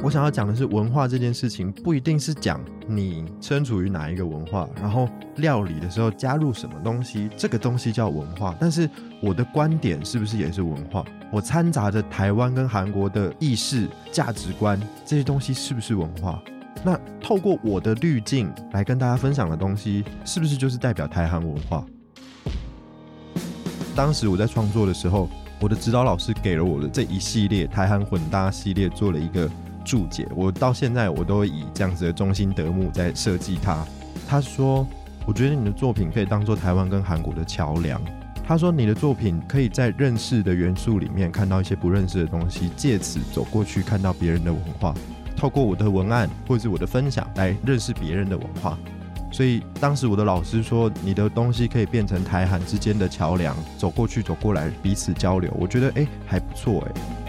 我想要讲的是文化这件事情不一定是讲你身处于哪一个文化，然后料理的时候加入什么东西，这个东西叫文化，但是我的观点是不是也是文化？我掺杂着台湾跟韩国的意识、价值观，这些东西是不是文化？那透过我的滤镜来跟大家分享的东西，是不是就是代表台韩文化？当时我在创作的时候，我的指导老师给了我的这一系列台韩混搭系列做了一个注解，我到现在我都以这样子的中心德目在设计它。他说，我觉得你的作品可以当作台湾跟韩国的桥梁。他说你的作品可以在认识的元素里面看到一些不认识的东西，借此走过去看到别人的文化，透过我的文案或者是我的分享来认识别人的文化。所以当时我的老师说，你的东西可以变成台韩之间的桥梁，走过去走过来彼此交流，我觉得还不错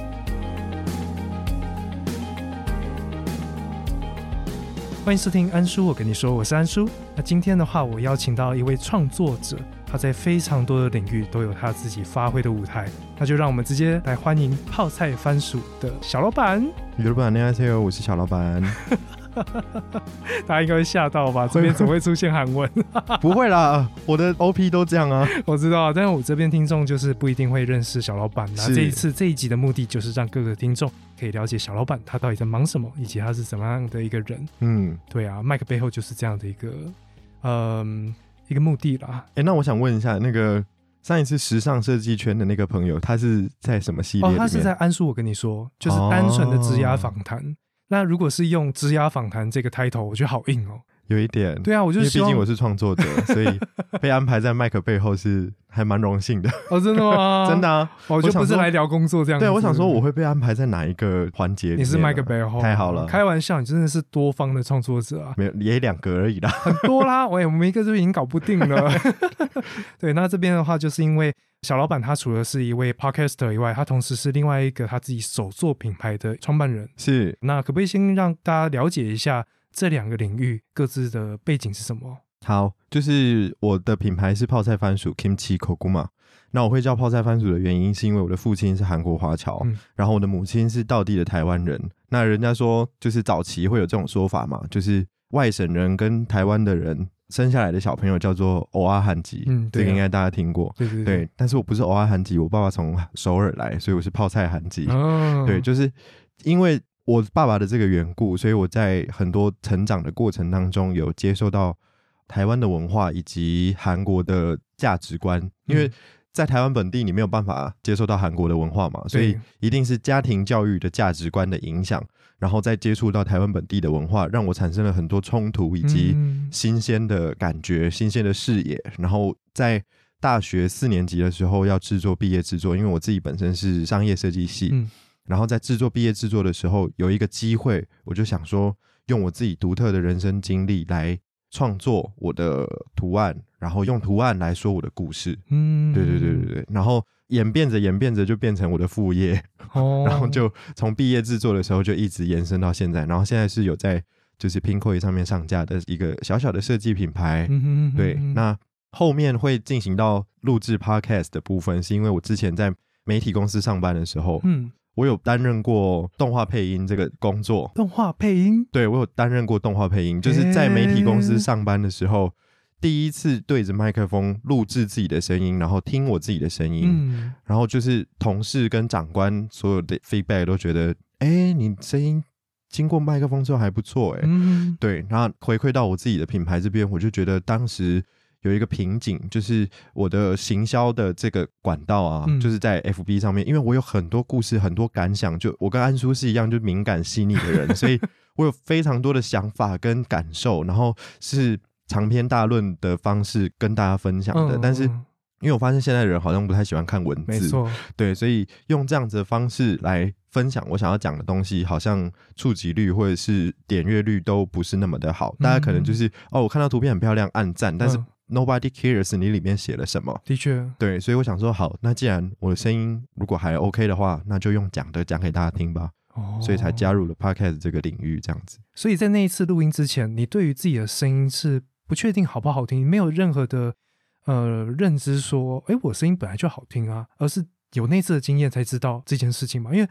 欢迎收听安叔，我跟你说，我是安叔。那今天的话，我邀请到一位创作者，他在非常多的领域都有他自己发挥的舞台，那就让我们直接来欢迎泡菜番薯的小老板。 안녕하세요，我是小老板。 大家应该会吓到吧？这边怎么会出现韩文？ 不会啦，我的 OP 都这样啊。 我知道，但是我这边听众就是不一定会认识小老板。那这一集的目的就是让各个听众可以了解小老板他到底在忙什么，以及他是怎么样的一个人。对啊，麦克背后就是这样的一个目的啦。 那我想问一下，那个上一次时尚设计圈的那个朋友，他是在什么系列里面？ 他是在安叔，我跟你说，就是单纯的职涯访谈。那如果是用职涯访谈这个 title， 我觉得好硬哦。 有一点。 对啊，我就因为毕竟我是创作者，所以被安排在麦克背后是还蛮荣幸的。 真的吗？ 真的啊， 我就不是来聊工作这样子。 对，我想说我会被安排在哪一个环节里面？ 你是麦克背后， 太好了。 开玩笑，你真的是多方的创作者啊。 没有，也2个而已啦。 很多啦，我们一个就已经搞不定了。对，那这边的话，就是因为小老板他除了是一位 podcaster 以外，他同时是另外一个他自己手作品牌的创办人。 是。 那可不可以先让大家了解一下这2个领域各自的背景是什么？ 好，就是我的品牌是泡菜番薯 Kimchi Koguma。那我会叫泡菜番薯的原因是因为我的父亲是韩国华侨，然后我的母亲是道地的台湾人。那人家说就是早期会有这种说法嘛，就是外省人跟台湾的人生下来的小朋友叫做欧阿汉籍，这个应该大家听过。对，但是我不是欧阿汉籍，我爸爸从首尔来，所以我是泡菜韩籍。对，就是因为我爸爸的这个缘故，所以我在很多成长的过程当中有接受到台湾的文化以及韩国的价值观。因为在台湾本地你没有办法接受到韩国的文化嘛，所以一定是家庭教育的价值观的影响，然后再接触到台湾本地的文化，让我产生了很多冲突以及新鲜的感觉、新鲜的视野。然后在大学4年级的时候要制作毕业制作，因为我自己本身是商业设计系，然后在制作毕业制作的时候有一个机会，我就想说用我自己独特的人生经历来创作我的图案，然后用图案来说我的故事。对，然后演变着就变成我的副业。然后就从毕业制作的时候就一直延伸到现在，然后现在是有在就是 Pinkoi 上面上架的一个小小的设计品牌。对，那后面会进行到录制 podcast 的部分，是因为我之前在媒体公司上班的时候，我有担任过动画配音这个工作。 动画配音？ 对，我有担任过动画配音，就是在媒体公司上班的时候，第一次对着麦克风录制自己的声音，然后听我自己的声音，然后就是同事跟长官所有的 feedback 都觉得你声音经过麦克风之后还不错对，然后回馈到我自己的品牌这边，我就觉得当时有一个瓶颈，就是我的行销的这个管道啊，就是在 FB 上面，因为我有很多故事很多感想，就我跟安叔是一样就敏感细腻的人，所以我有非常多的想法跟感受，然后是长篇大论的方式跟大家分享的。但是因为我发现现在的人好像不太喜欢看文字， 没错， 对，所以用这样子的方式来分享我想要讲的东西，好像触及率或者是点阅率都不是那么的好。大家可能就是我看到图片很漂亮按赞，但是Nobody cares 你里面写了什么。 的确， 对，所以我想说好，那既然我的声音如果还 OK 的话，那就用讲的讲给大家听吧。所以才加入了 podcast 这个领域这样子。 所以在那一次录音之前，你对于自己的声音是不确定好不好听，你没有任何的认知说我声音本来就好听啊，而是有那次的经验才知道这件事情嘛。因为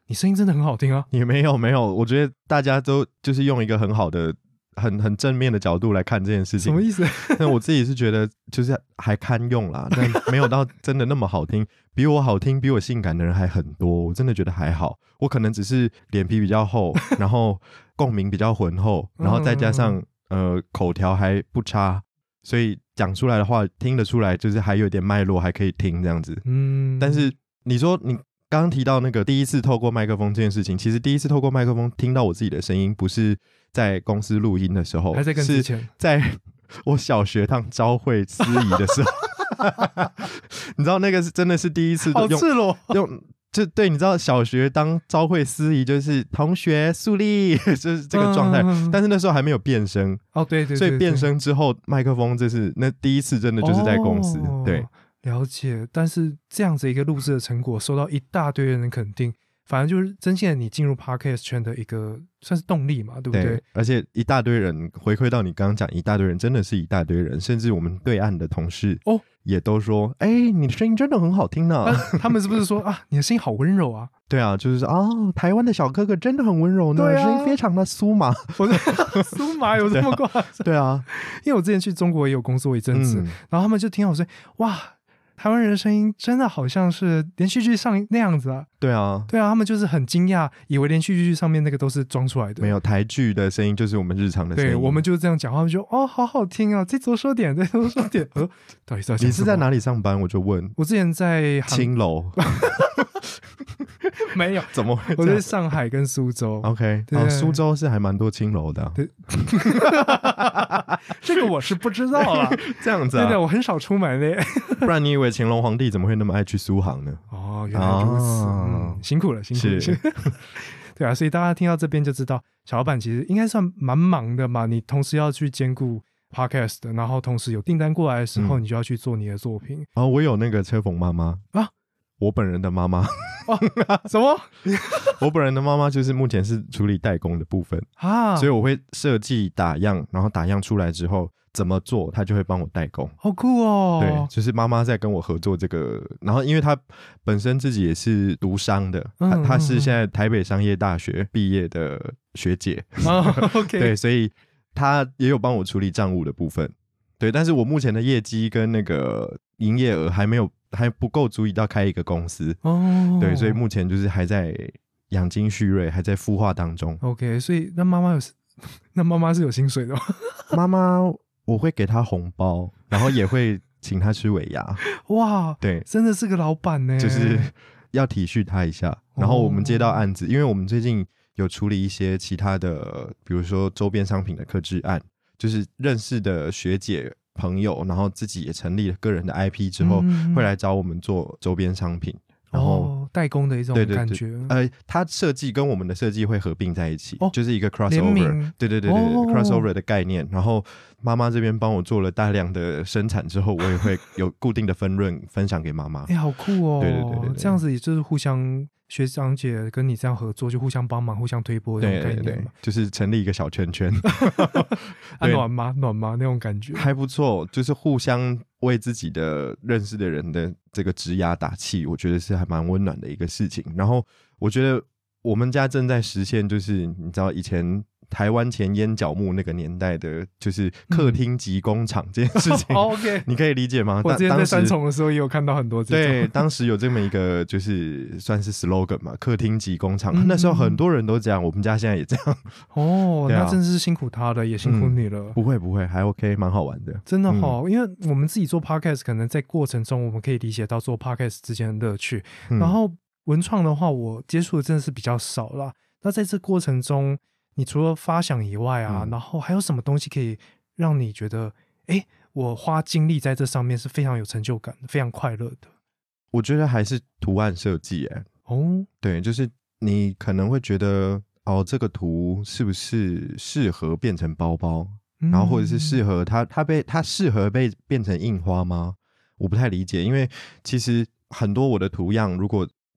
你声音真的很好听啊。 也没有，我觉得大家都就是用一个很好的很正面的角度来看这件事情。 什么意思？ 但我自己是觉得就是还堪用啦，但没有到真的那么好听。比我好听比我性感的人还很多，我真的觉得还好。我可能只是脸皮比较厚，然后共鸣比较浑厚，然后再加上口条还不差，所以讲出来的话听得出来，就是还有点脉络，还可以听这样子。但是你说你刚刚提到那个第一次透过麦克风这件事情，其实第一次透过麦克风听到我自己的声音，不是在公司录音的时候， 还在跟之前， 是在我小学当朝会司仪的时候。你知道那个是真的是第一次好赤裸用就对，你知道小学当朝会司仪就是同学肃立，就是这个状态。但是那时候还没有变声哦，对， 所以变声之后麦克风，这是那第一次真的就是在公司。对， 了解。但是这样子一个录制的成果受到一大堆人的肯定，反而就是增进了你进入 podcast 圈的一个算是动力嘛，对不对？ 对，而且一大堆人回馈到你刚刚讲一大堆人，真的是一大堆人，甚至我们对岸的同事也都说，你的声音真的很好听呢。 他们是不是说啊，你的声音好温柔啊？ 对啊，就是台湾的小哥哥真的很温柔呢，声音非常的酥麻。 酥麻有这么夸张？ 对啊， 因为我之前去中国也有工作一阵子，然后他们就听我说，哇，台湾人的声音真的好像是连续剧上那样子啊。 对啊， 他们就是很惊讶，以为连续剧上面那个都是装出来的。 没有，台剧的声音就是我们日常的声音。 对，我们就是这样讲话，他们就好好听啊，再多说点，再多说点。到底是要讲什么？ 你是在哪里上班？我就问。 我之前在青楼。 没有， 怎么会？ 我在上海跟苏州。 OK， 苏州是还蛮多青楼的。 对，这个我是不知道啦。 这样子啊？ 对，我很少出门的。 不然你以为乾隆皇帝怎么会那么爱去苏杭呢？ 原来如此。辛苦了，辛苦了。对啊，所以大家听到这边就知道，小老板其实应该算蛮忙的嘛。你同时要去兼顾 podcast 的，然后同时有订单过来的时候，你就要去做你的作品。 我有那个车缝妈妈啊。我本人的妈妈什么？ 我本人的妈妈就是目前是处理代工的部分啊，所以我会设计打样，然后打样出来之后怎么做，她就会帮我代工。 好酷哦！ 对，就是妈妈在跟我合作这个，然后因为她本身自己也是读商的，她是现在台北商业大学毕业的学姐。 OK， 对，所以她也有帮我处理账务的部分。对，但是我目前的业绩跟那个营业额还不够足以到开一个公司对，所以目前就是还在养精蓄锐，还在孵化当中。 OK， 所以那妈妈是有薪水的吗？ 妈妈我会给她红包，然后也会请她吃尾牙。 哇，对，真的是个老板呢， 就是要体恤她一下。然后我们接到案子，因为我们最近有处理一些其他的，比如说周边商品的客制案，就是认识的学姐朋友，然后自己也成立了个人的 IP 之后，会来找我们做周边商品，然后代工的一种感觉。 它设计跟我们的设计会合并在一起，就是一个 crossover， 对crossover 的概念。然后妈妈这边帮我做了大量的生产之后，我也会有固定的分润分享给妈妈。 好酷哦！ 对， 这样子也就是互相。学长姐跟你这样合作，就互相帮忙、互相推波这种概念嘛， 就是成立一个小圈圈。 暖吗那种感觉还不错，就是互相为自己的认识的人的这个职涯打气，我觉得是还蛮温暖的一个事情。然后我觉得我们家正在实现，就是你知道以前台湾前烟角木那个年代的，就是客厅级工厂这件事情。 OK， 你可以理解吗？ 我之前在三重的时候也有看到很多这种。 对，当时有这么一个就是算是 slogan 嘛，客厅级工厂。那时候很多人都这样，我们家现在也这样。 那真是辛苦他的，也辛苦你了。 不会，还 OK， 蛮好玩的。 真的因为我们自己做 podcast， 可能在过程中我们可以理解到做 podcast 之间的乐趣。然后文创的话，我接触的真的是比较少啦。那在这过程中，你除了发想以外啊，然后还有什么东西可以让你觉得，我花精力在这上面是非常有成就感的，非常快乐的？ 我觉得还是图案设计对，就是你可能会觉得这个图是不是适合变成包包，然后或者是适合它适合被变成印花吗？我不太理解，因为其实很多我的图样如果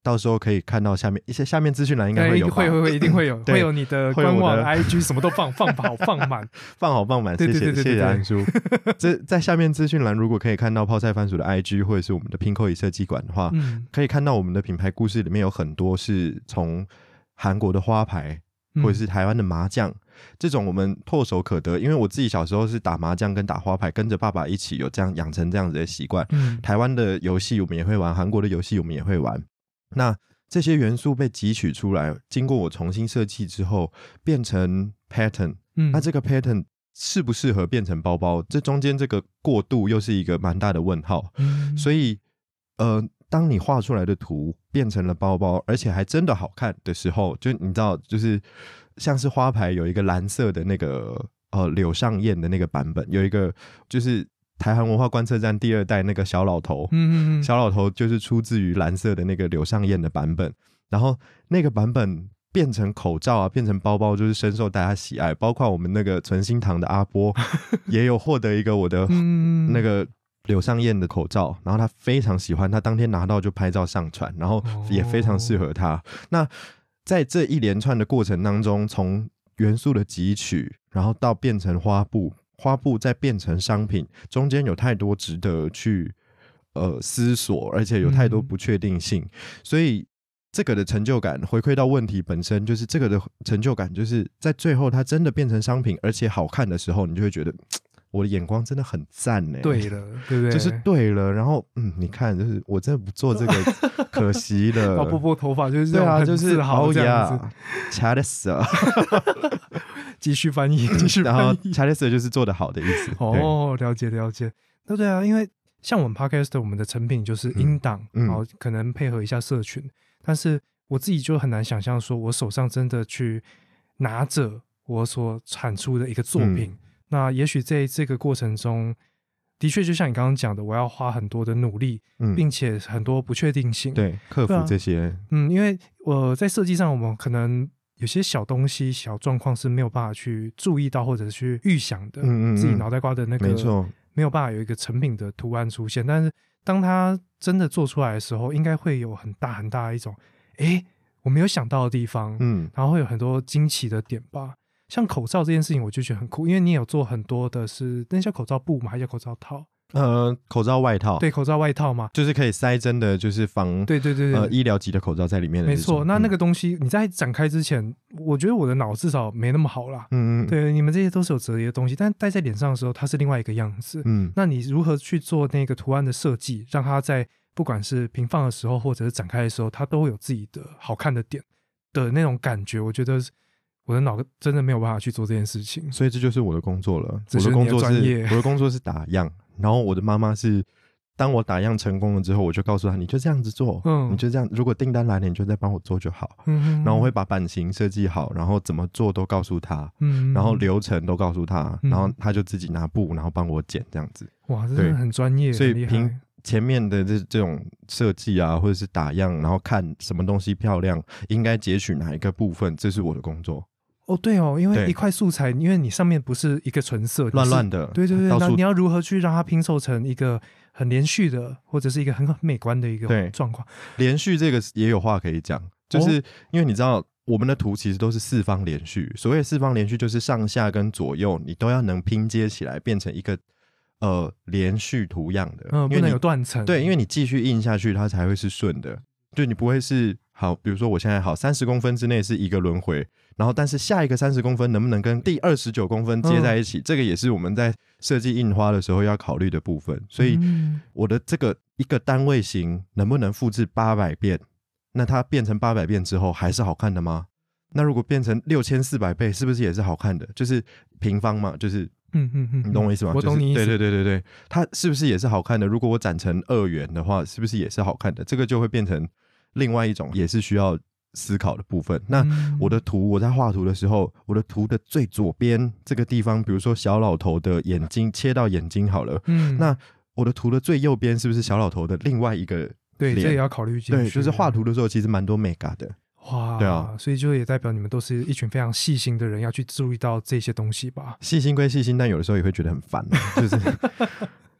到时候可以看到下面资讯栏应该会有吧， 会一定会有会有你的官网 IG 什么都放好放满放好放满，谢谢安叔。这在下面资讯栏如果可以看到泡菜番薯的 IG 或者是我们的拼扣仪设计馆的话，可以看到我们的品牌故事里面有很多是从韩国的花牌或者是台湾的麻将，这种我们唾手可得。因为我自己小时候是打麻将跟打花牌，跟着爸爸一起有这样养成这样子的习惯。台湾的游戏我们也会玩，韩国的游戏我们也会玩。那这些元素被汲取出来，经过我重新设计之后变成 pattern，那这个 pattern 适不适合变成包包，这中间这个过渡又是一个蛮大的问号。所以当你画出来的图变成了包包，而且还真的好看的时候，就你知道，就是像是花牌有一个蓝色的那个柳上燕的那个版本，有一个就是台韩文化观测站第2代那个小老头，小老头就是出自于蓝色的那个柳上燕的版本，然后那个版本变成口罩啊，变成包包，就是深受大家喜爱，包括我们那个存心堂的阿波也有获得一个我的那个柳上燕的口罩，然后他非常喜欢，他当天拿到就拍照上传，然后也非常适合他。那在这一连串的过程当中，从元素的汲取，然后到变成花布再变成商品，中间有太多值得去思索，而且有太多不确定性，所以这个的成就感回馈到问题本身，就是这个的成就感就是在最后它真的变成商品而且好看的时候，你就会觉得我的眼光真的很赞耶， 对了，对不对？ 就是对了，然后你看，就是我真的不做这个可惜了。 然后拨头发就是对啊， 就是好这样子。 Chadessa 继续翻译， 然后 Chadessa 就是做得好的意思。 哦，了解。对啊，因为像我们 Podcast 我们的成品就是音档，然后可能配合一下社群，但是我自己就很难想象说我手上真的去拿着我所产出的一个作品。那也许在这个过程中的确就像你刚刚讲的，我要花很多的努力，并且很多不确定性， 对，克服这些。 因为在设计上我们可能有些小东西小状况是没有办法去注意到或者去预想的，自己脑袋瓜的那个没错， 没有办法有一个成品的图案出现，但是当它真的做出来的时候，应该会有很大很大的一种我没有想到的地方，然后会有很多惊奇的点吧。像口罩这件事情我就觉得很酷，因为你有做很多的是那叫口罩布嘛，还叫口罩套？ 口罩外套， 对，口罩外套嘛， 就是可以塞真的就是防对医疗级的口罩在里面的。 没错，那个东西你在展开之前，我觉得我的脑至少没那么好啦。对，你们这些都是有折叠的东西，但戴在脸上的时候它是另外一个样子。那你如何去做那个图案的设计，让它在不管是平放的时候或者是展开的时候，它都会有自己的好看的点的那种感觉，我觉得我的脑真的没有办法去做这件事情， 所以这就是我的工作了。 我的工作是打样，然后我的妈妈是，当我打样成功了之后，我就告诉她，你就这样子做，你就这样，如果订单来了，你就再帮我做就好。然后我会把版型设计好，然后怎么做都告诉她，然后流程都告诉她，然后她就自己拿布，然后帮我剪这样子。 哇，这真的很专业， 所以凭前面的这种设计啊，或者是打样，然后看什么东西漂亮，应该截取哪一个部分，这是我的工作。 对哦，因为一块素材，因为你上面不是一个纯色， 乱乱的， 对，那你要如何去让它拼凑成一个很连续的，或者是一个很美观的一个状况？ 连续这个也有话可以讲，就是因为你知道我们的图其实都是4方连续，所谓4方连续就是上下跟左右你都要能拼接起来，变成一个连续图样的， 不能有断层。 对，因为你继续印下去，它才会是顺的。就你不会是好，比如说我现在好30公分之内是一个轮回，然后但是下一个30公分能不能跟第29公分接在一起，这个也是我们在设计印花的时候要考虑的部分。所以我的这个一个单位型能不能复制800遍，那它变成800遍之后还是好看的吗？那如果变成6400倍，是不是也是好看的？就是平方嘛，就是你懂我意思吗？ 我懂你意思。 对，它是不是也是好看的？如果我展成2元的话，是不是也是好看的？这个就会变成另外一种也是需要思考的部分。那我的图，我在画图的时候，我的图的最左边这个地方，比如说小老头的眼睛切到眼睛好了，那我的图的最右边是不是小老头的另外一个脸？ 对，这也要考虑进去。 对，就是画图的时候其实蛮多美感的。 哇， 对啊， 所以就也代表你们都是一群非常细心的人，要去注意到这些东西吧。 细心归细心，但有的时候也会觉得很烦，就是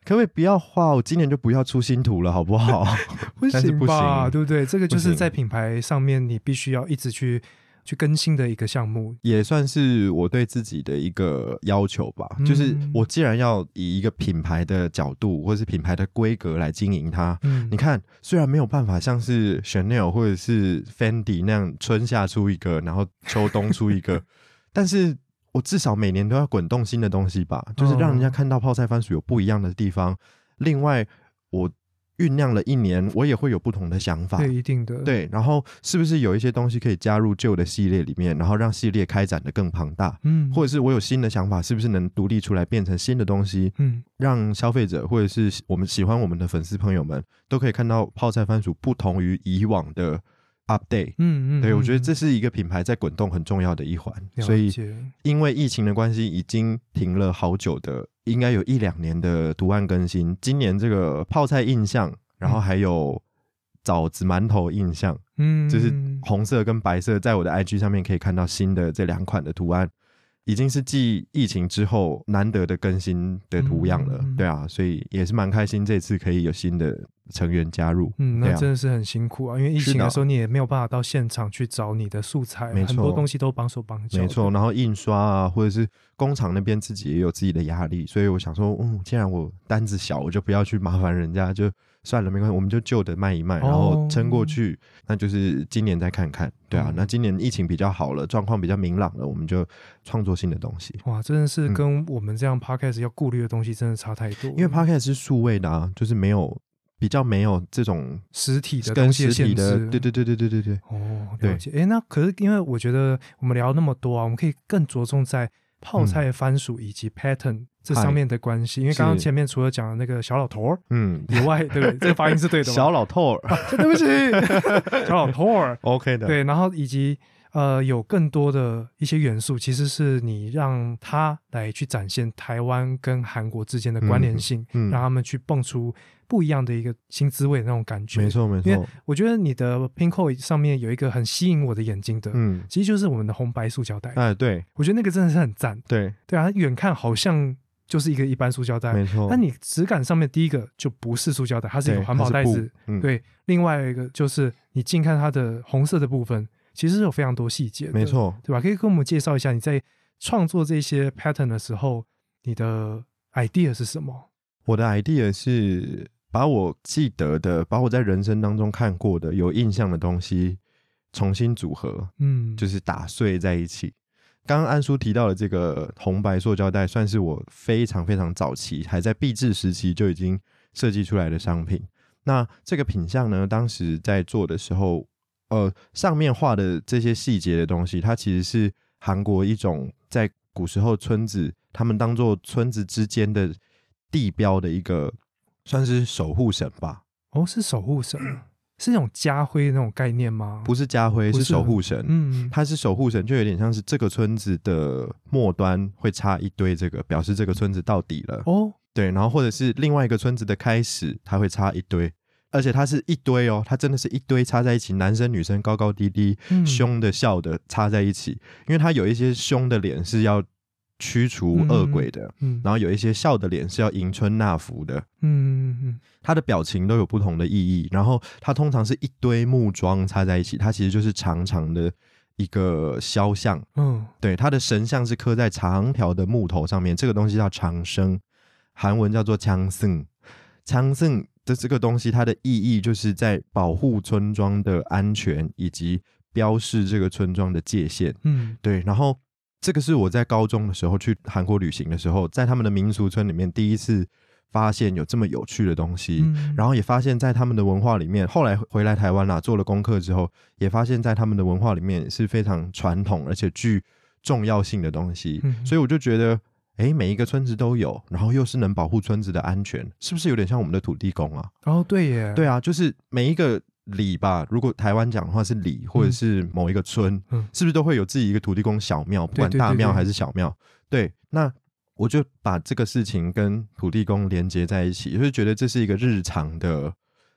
可不可以不要画？我今年就不要出新图了，好不好？ 不行吧，对不对？这个就是在品牌上面你必须要一直去更新的一个项目， 也算是我对自己的一个要求吧。就是我既然要以一个品牌的角度或是品牌的规格来经营它，你看虽然没有办法像是 Chanel 或者是 Fendi 那样春夏出一个，然后秋冬出一个，但是我至少每年都要滚动新的东西吧，就是让人家看到泡菜番薯有不一样的地方。另外我酝酿了1年，我也会有不同的想法， 对，一定的， 对。然后是不是有一些东西可以加入旧的系列里面，然后让系列开展的更庞大？或者是我有新的想法，是不是能独立出来变成新的东西？让消费者或者是我们喜欢我们的粉丝朋友们都可以看到泡菜番薯不同于以往的 update。对，我觉得这是一个品牌在滚动很重要的一环。所以因为疫情的关系，已经停了好久的，应该有1-2年的图案更新。今年这个泡菜印象，然后还有枣子馒头印象，就是红色跟白色，在我的 IG 上面可以看到新的这2款的图案，已经是继疫情之后难得的更新的图样了。对啊，所以也是蛮开心这次可以有新的成员加入。 那真的是很辛苦啊，因为疫情的时候你也没有办法到现场去找你的素材，很多东西都绑手绑脚。 没错，然后印刷啊，或者是工厂那边自己也有自己的压力，所以我想说既然我单子小，我就不要去麻烦人家，就算了，没关系，我们就旧的卖一卖，然后撑过去。那就是今年再看看。对啊，那今年疫情比较好了，状况比较明朗了，我们就创作新的东西。 哇，真的是跟我们这样 podcast 要顾虑的东西真的差太多。 因为 podcast 是数位的啊，就是比较没有这种实体的东西的限制。 对。 了解。那可是因为我觉得我们聊那么多啊，我们可以更着重在泡菜番薯以及 pattern 这上面的关系。因为刚刚前面除了讲的那个小老头儿以外，对不对？这个发音是对的吗？ 小老头儿对不起小老头儿 OK 的。 对，然后以及有更多的一些元素，其实是你让他来去展现台湾跟韩国之间的关联性，让他们去蹦出不一样的一个新滋味的那种感觉。 没错。 因为我觉得你的 Pinkoi 上面有一个很吸引我的眼睛的，其实就是我们的红白塑胶袋。 对， 我觉得那个真的是很赞。对啊，远看好像就是一个一般塑胶袋， 没错。 但你质感上面第一个就不是塑胶袋，它是一个环保袋子。对，另外一个就是你近看它的红色的部分，其实是有非常多细节的， 没错， 对吧？可以跟我们介绍一下你在创作这些 pattern 的时候，你的 idea 是什么？ 我的 idea 是把我记得的，把我在人生当中看过的有印象的东西重新组合，就是打碎在一起。刚刚安叔提到的这个红白塑胶袋，算是我非常非常早期还在毕制时期就已经设计出来的商品。那这个品项呢，当时在做的时候上面画的这些细节的东西，它其实是韩国一种在古时候村子他们当做村子之间的地标的一个算是守护神吧。 是守护神，是那种家徽那种概念吗？ 不是家徽，是守护神。它是守护神，就有点像是这个村子的末端会插一堆这个，表示这个村子到底了。对，然后或者是另外一个村子的开始，它会插一堆，而且它是一堆它真的是一堆插在一起，男生女生高高低低，凶的笑的插在一起。因为它有一些凶的脸是要驱除恶鬼的，然后有一些笑的脸是要迎春纳福的，它的表情都有不同的意义。然后它通常是一堆木桩插在一起，它其实就是长长的一个肖像。对，它的神像是刻在长条的木头上面，这个东西叫长生，韩文叫做枪圣。枪圣的这个东西，它的意义就是在保护村庄的安全，以及标示这个村庄的界限。对，然后这个是我在高中的时候去韩国旅行的时候，在他们的民俗村里面第一次发现有这么有趣的东西，然后也发现在他们的文化里面，后来回来台湾啦，做了功课之后，也发现在他们的文化里面是非常传统而且具重要性的东西。所以我就觉得每一个村子都有，然后又是能保护村子的安全，是不是有点像我们的土地公啊？ 对耶。 对啊，就是每一个里吧，如果台湾讲的话是里，或者是某一个村，是不是都会有自己一个土地公小庙，不管大庙还是小庙？对，那我就把这个事情跟土地公连接在一起，就是觉得这是一个日常的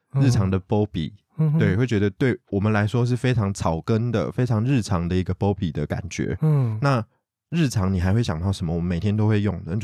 Bobby。对，会觉得对我们来说是非常草根的、非常日常的一个 Bobby 的感觉。那日常你还会想到什么？我们每天都会用的，就是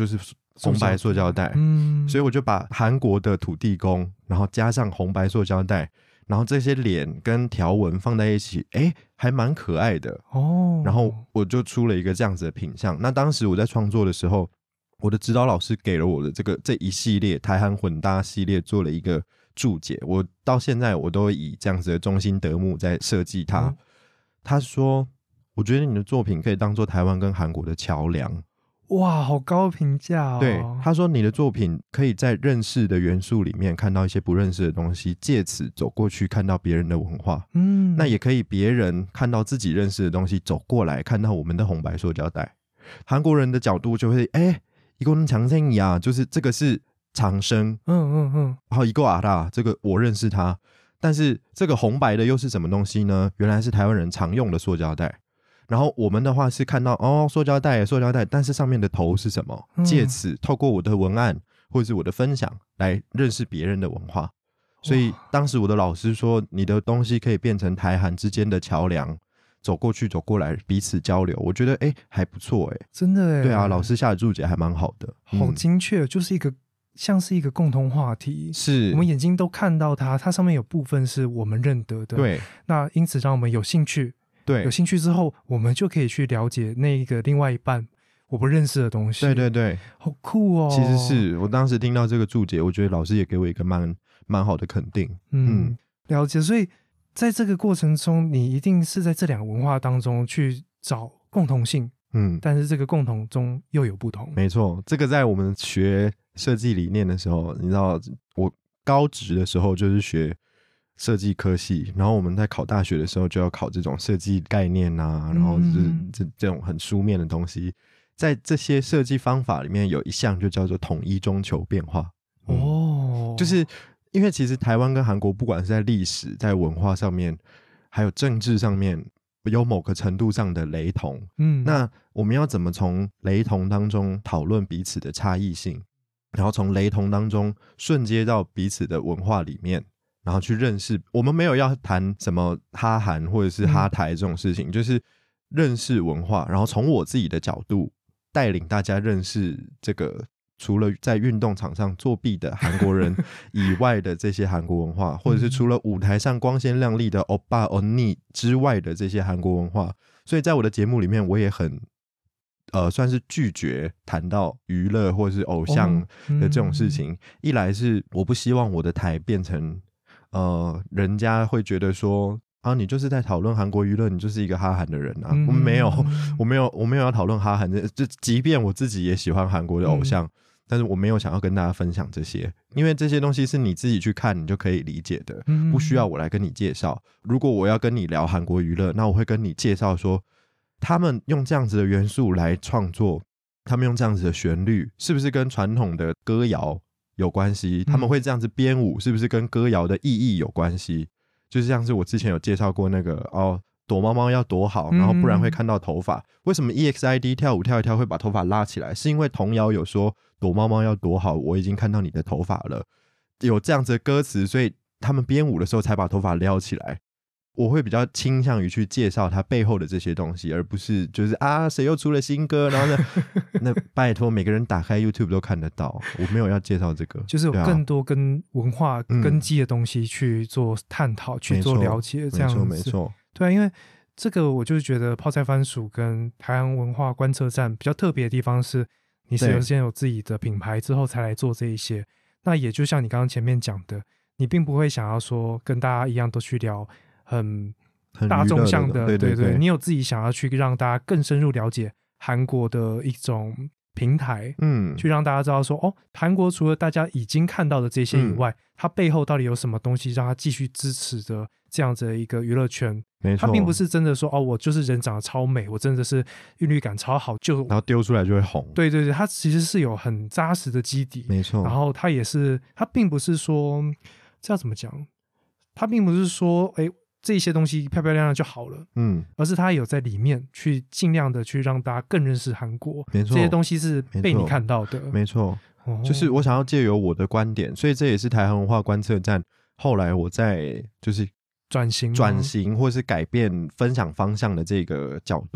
红白塑胶袋，所以我就把韩国的土地公，然后加上红白塑胶袋，然后这些脸跟条纹放在一起，还蛮可爱的哦。然后我就出了一个这样子的品项。那当时我在创作的时候，我的指导老师给了我的这一系列台韩混搭系列做了一个注解，我到现在我都以这样子的中心德目在设计它。他说，我觉得你的作品可以当做台湾跟韩国的桥梁。 哇，好高的评价哦。 对，他说你的作品可以在认识的元素里面看到一些不认识的东西，借此走过去看到别人的文化。那也可以别人看到自己认识的东西，走过来看到我们的红白塑胶袋。韩国人的角度就会이거는 장생이야，就是这个是长生。好，이거 알아，这个我认识他。但是这个红白的又是什么东西呢？原来是台湾人常用的塑胶袋。然后我们的话是看到塑胶袋，但是上面的头是什么？借此透过我的文案或者是我的分享来认识别人的文化。所以当时我的老师说，你的东西可以变成台韩之间的桥梁，走过去走过来彼此交流。我觉得还不错真的对啊，老师下的注解还蛮好的， 好精确，就是像是一个共同话题， 是我们眼睛都看到它上面有部分是我们认得的。 对， 那因此让我们有兴趣。 对， 有兴趣之后，我们就可以去了解那一个另外一半我不认识的东西。 对， 好酷哦！ 其实是我当时听到这个注解，我觉得老师也给我一个蛮好的肯定。 了解。所以在这个过程中，你一定是在这两个文化当中去找共同性。但是这个共同中又有不同。 没错，这个在我们学设计理念的时候，你知道，我高职的时候就是学设计科系，然后我们在考大学的时候就要考这种设计概念啊，然后这种很书面的东西。在这些设计方法里面有一项就叫做统一中求变化。就是因为其实台湾跟韩国不管是在历史在文化上面还有政治上面有某个程度上的雷同。那我们要怎么从雷同当中讨论彼此的差异性，然后从雷同当中瞬接到彼此的文化里面，然后去认识。我们没有要谈什么哈韩或者是哈台这种事情，就是认识文化，然后从我自己的角度带领大家认识这个除了在运动场上作弊的韩国人以外的这些韩国文化，或者是除了舞台上光鲜亮丽的欧巴欧尼之外的这些韩国文化。所以在我的节目里面，我也很算是拒绝谈到娱乐或者是偶像的这种事情。一来是我不希望我的台变成人家会觉得说你就是在讨论韩国娱乐，你就是一个哈韩的人啊。我没有要讨论哈韩，就即便我自己也喜欢韩国的偶像，但是我没有想要跟大家分享这些，因为这些东西是你自己去看你就可以理解的，不需要我来跟你介绍。如果我要跟你聊韩国娱乐，那我会跟你介绍说他们用这样子的元素来创作，他们用这样子的旋律是不是跟传统的歌谣有关系，他们会这样子编舞是不是跟歌谣的意义有关系。就是像是我之前有介绍过那个躲猫猫要躲好，然后不然会看到头发。为什么 EXID 跳舞跳一跳会把头发拉起来，是因为童谣有说躲猫猫要躲好，我已经看到你的头发了，有这样子的歌词，所以他们编舞的时候才把头发撩起来。我会比较倾向于去介绍它背后的这些东西，而不是就是谁又出了新歌，然后呢那拜托每个人打开 YouTube 都看得到，我没有要介绍这个， 就是有更多跟文化根基的东西去做探讨，去做了解，这样子没错。 对啊，因为这个我就是觉得泡菜番薯跟台湾文化观测站比较特别的地方是，你是先有自己的品牌之后才来做这一些。那也就像你刚刚前面讲的，你并不会想要说跟大家一样都去聊很大众向的，对，你有自己想要去让大家更深入了解韩国的一种平台，去让大家知道说韩国除了大家已经看到的这些以外，它背后到底有什么东西让它继续支持着这样子的一个娱乐圈。 没错， 它并不是真的说我就是人长得超美，我真的是韵律感超好，就然后丢出来就会红。 对，它其实是有很扎实的基底， 没错。 然后它并不是说这要怎么讲，它并不是说这些东西漂漂亮亮就好了，而是它有在里面去尽量的去让大家更认识韩国。没错，这些东西是被你看到的。 没错，就是我想要借由我的观点，所以这也是台韩文化观测站后来我在就是转型或是改变分享方向的这个角度，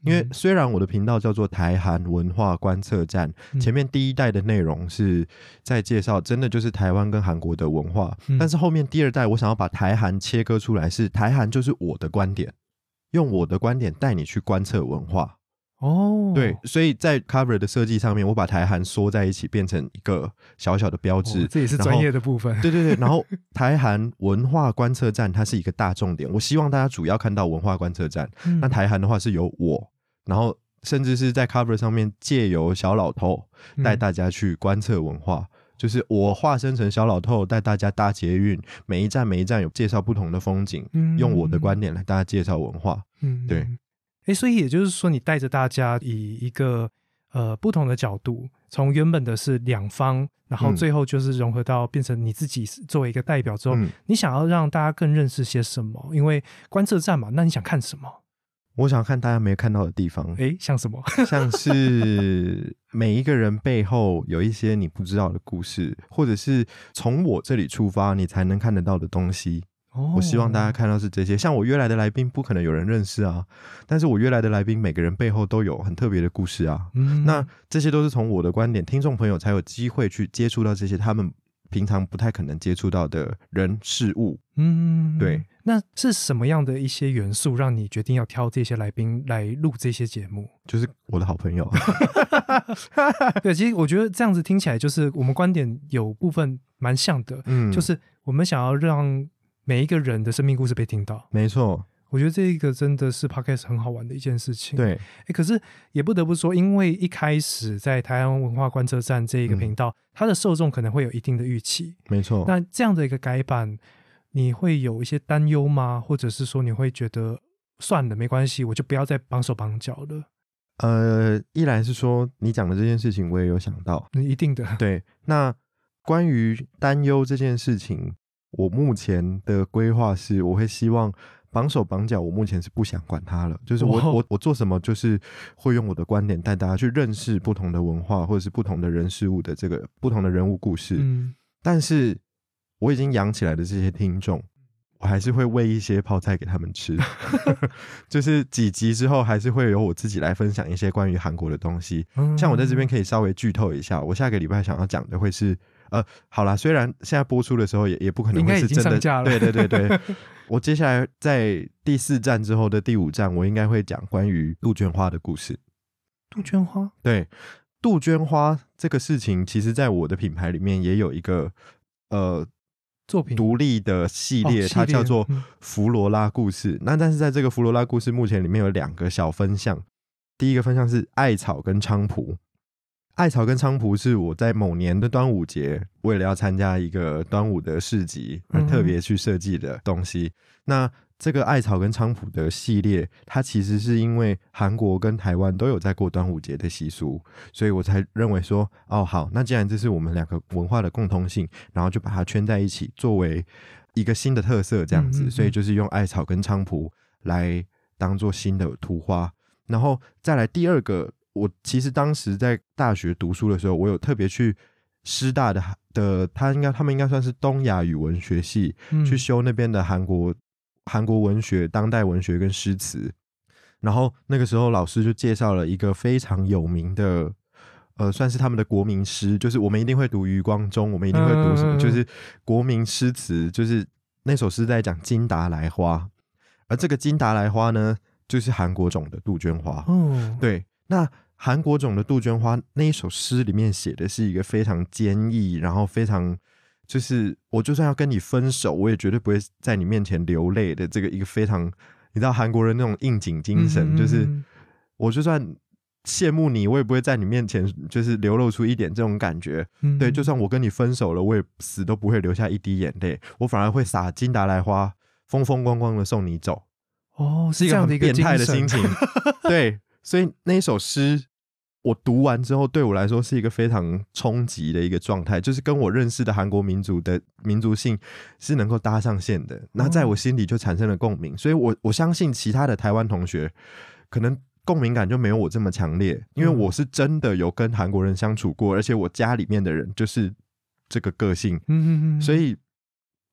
因为虽然我的频道叫做台韩文化观测站，前面第一代的内容是在介绍真的就是台湾跟韩国的文化，但是后面第二代我想要把台韩切割出来，是台韩就是我的观点，用我的观点带你去观测文化。对，所以在 cover 的设计上面，我把台韩缩在一起，变成一个小小的标志。 这也是专业的部分。 对对对，然后台韩文化观测站它是一个大重点，我希望大家主要看到文化观测站。那台韩的话是由我，然后甚至是在 cover 上面借由小老头带大家去观测文化。就是我化身成小老头带大家搭捷运，每一站有介绍不同的风景，用我的观点来大家介绍文化。对。 所以也就是说你带着大家以一个不同的角度，从原本的是两方，然后最后就是融合到变成你自己作为一个代表之后，你想要让大家更认识些什么？因为观测站嘛，那你想看什么？ 我想看大家没看到的地方。 像什么？像是每一个人背后有一些你不知道的故事，或者是从我这里出发你才能看得到的东西。我希望大家看到是这些，像我约来的来宾不可能有人认识啊，但是我约来的来宾每个人背后都有很特别的故事啊。那这些都是从我的观点，听众朋友才有机会去接触到这些他们平常不太可能接触到的人事物。对。 那是什么样的一些元素让你决定要挑这些来宾来录这些节目？ 就是我的好朋友。 对，其实我觉得这样子听起来就是我们观点有部分蛮像的。就是我们想要让每一个人的生命故事被听到。 没错， 我觉得这个真的是 Podcast 很好玩的一件事情。 对。 可是也不得不说，因为一开始在台湾文化观测站这一个频道，它的受众可能会有一定的预期。 没错。 那这样的一个改版，你会有一些担忧吗？或者是说你会觉得算了没关系，我就不要再绑手绑脚了？ 一来是说你讲的这件事情我也有想到。 一定的。 对。那关于担忧这件事情，我目前的规划是我会希望绑手绑脚，我目前是不想管它了，就是我做什么就是会用我的观点带大家去认识不同的文化或者是不同的人事物的这个不同的人物故事。但是我已经养起来的这些听众，我还是会喂一些泡菜给他们吃。就是几集之后还是会由我自己来分享一些关于韩国的东西。像我在这边可以稍微剧透一下，我下个礼拜想要讲的会是好啦，虽然现在播出的时候也不可能会是真的，应该已经上架了。 对对对对。我接下来在第4站之后的第5站，我应该会讲关于杜鹃花的故事。 杜鹃花？对， 杜鹃花这个事情，其实在我的品牌里面也有一个作品独立的系列，它叫做弗罗拉故事。那但是在这个弗罗拉故事目前里面有2个小分项，第一个分项是艾草跟菖蒲。艾草跟菖蒲是我在某年的端午节为了要参加一个端午的市集而特别去设计的东西。那这个艾草跟菖蒲的系列，它其实是因为韩国跟台湾都有在过端午节的习俗，所以我才认为说好，那既然这是我们2个文化的共通性，然后就把它圈在一起作为一个新的特色这样子。所以就是用艾草跟菖蒲来当做新的图画。然后再来第2个，我其实当时在大学读书的时候，我有特别去师大的他们应该算是东亚语文学系，去修那边的韩国文学、当代文学跟诗词。然后那个时候老师就介绍了一个非常有名的算是他们的国民诗，就是我们一定会读余光中，我们一定会读什么，就是国民诗词，就是那首诗在讲金达莱花，而这个金达莱花呢，就是韩国种的杜鹃花。对。那韩国种的杜鹃花那一首诗里面写的是一个非常坚毅，然后非常就是我就算要跟你分手，我也绝对不会在你面前流泪的这个一个非常，你知道韩国人那种应景精神，就是我就算羡慕你，我也不会在你面前就是流露出一点这种感觉。对，就算我跟你分手了，我也死都不会留下一滴眼泪，我反而会撒金达莱花，风风光光的送你走。是一个很变态的心情。对。所以那一首诗我读完之后，对我来说是一个非常冲击的一个状态，就是跟我认识的韩国民族的民族性是能够搭上线的，那在我心里就产生了共鸣。所以我相信其他的台湾同学可能共鸣感就没有我这么强烈，因为我是真的有跟韩国人相处过，而且我家里面的人就是这个个性。所以